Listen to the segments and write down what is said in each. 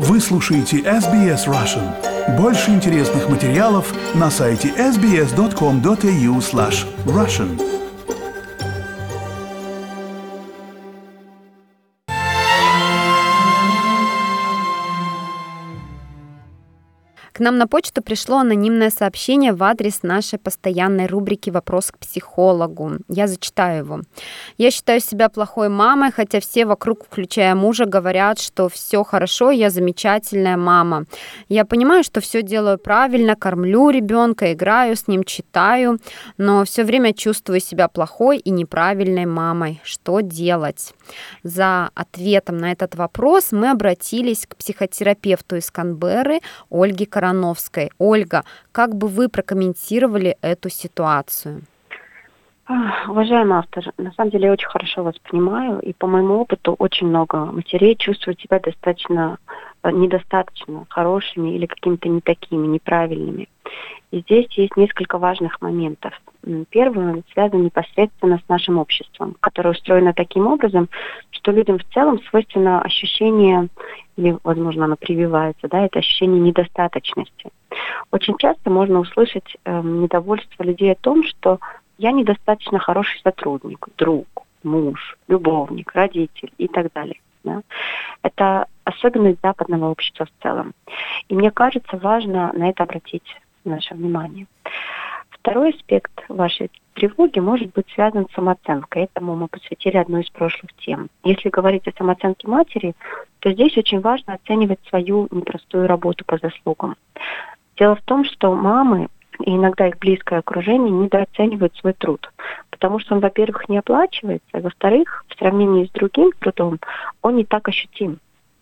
Вы слушаете SBS Russian. Больше интересных материалов на сайте sbs.com.au/russian. К нам на почту пришло анонимное сообщение в адрес нашей постоянной рубрики «Вопрос к психологу». Я зачитаю его. «Я считаю себя плохой мамой, хотя все вокруг, включая мужа, говорят, что все хорошо, я замечательная мама. Я понимаю, что все делаю правильно, кормлю ребенка, играю с ним, читаю, но все время чувствую себя плохой и неправильной мамой. Что делать?» За ответом на этот вопрос мы обратились к психотерапевту из Канберры Ольге Короновской. Ольга, как бы вы прокомментировали эту ситуацию? Уважаемый автор, на самом деле я очень хорошо вас понимаю, и по моему опыту очень много матерей чувствуют себя недостаточно хорошими или какими-то не такими, неправильными. И здесь есть несколько важных моментов. Первый, он связан непосредственно с нашим обществом, которое устроено таким образом, что людям в целом свойственно ощущение, или, возможно, оно прививается, это ощущение недостаточности. Очень часто можно услышать недовольство людей о том, что я недостаточно хороший сотрудник, друг, муж, любовник, родитель и так далее. Да? Это особенность западного общества в целом. И мне кажется, важно на это обратить наше внимание. Второй аспект вашей тревоги может быть связан с самооценкой. Этому мы посвятили одну из прошлых тем. Если говорить о самооценке матери, то здесь очень важно оценивать свою непростую работу по заслугам. Дело в том, что мамы и иногда их близкое окружение недооценивают свой труд, потому что он, во-первых, не оплачивается, а во-вторых, в сравнении с другим трудом он не так ощутим.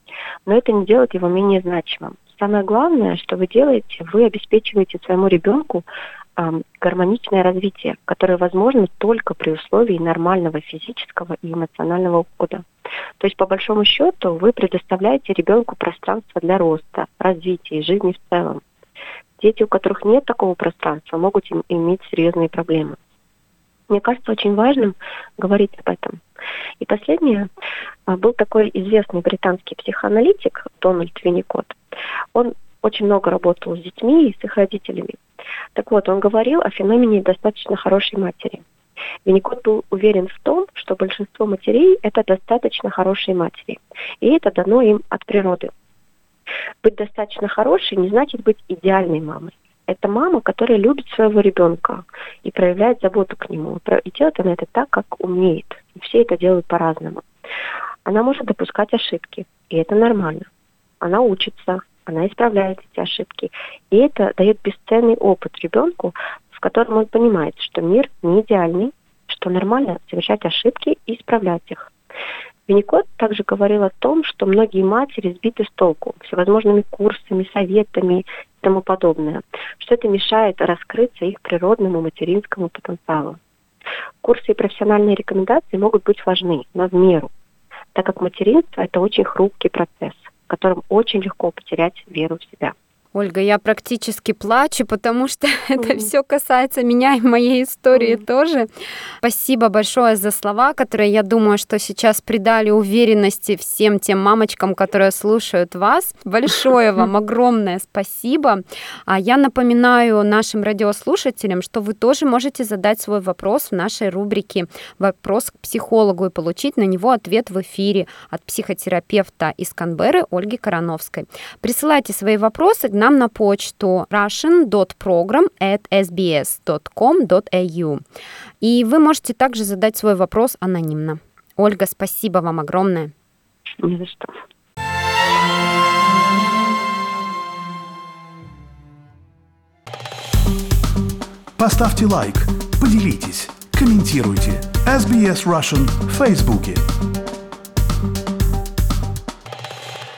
Но это не делает его менее значимым. Самое главное, что вы делаете, вы обеспечиваете своему ребенку гармоничное развитие, которое возможно только при условии нормального физического и эмоционального ухода. То есть, по большому счету, вы предоставляете ребенку пространство для роста, развития и жизни в целом. Дети, у которых нет такого пространства, могут иметь серьезные проблемы. Мне кажется очень важным говорить об этом. И последнее. Был такой известный британский психоаналитик Дональд Винникот. Он очень много работал с детьми и с их родителями. Так вот, он говорил о феномене достаточно хорошей матери. Винникот был уверен в том, что большинство матерей – это достаточно хорошие матери. И это дано им от природы. Быть достаточно хорошей не значит быть идеальной мамой. Это мама, которая любит своего ребенка и проявляет заботу к нему. И делает она это так, как умеет. И все это делают по-разному. Она может допускать ошибки, и это нормально. Она учится, она исправляет эти ошибки. И это дает бесценный опыт ребенку, в котором он понимает, что мир не идеальный, что нормально совершать ошибки и исправлять их. Винникот также говорил о том, что многие матери сбиты с толку всевозможными курсами, советами и тому подобное, что это мешает раскрыться их природному материнскому потенциалу. Курсы и профессиональные рекомендации могут быть важны, но в меру, так как материнство – это очень хрупкий процесс, в котором очень легко потерять веру в себя. Ольга, я практически плачу, потому что это все касается меня и моей истории тоже. Спасибо большое за слова, которые, я думаю, что сейчас придали уверенности всем тем мамочкам, которые слушают вас. Большое вам огромное спасибо. А я напоминаю нашим радиослушателям, что вы тоже можете задать свой вопрос в нашей рубрике «Вопрос к психологу» и получить на него ответ в эфире от психотерапевта из Канберры Ольги Короновской. Присылайте свои вопросы нам на почту russian.program@sbs.com.au. И вы можете также задать свой вопрос анонимно. Ольга, спасибо вам огромное. Не за что. Поставьте лайк, поделитесь, комментируйте. SBS Russian в Фейсбуке.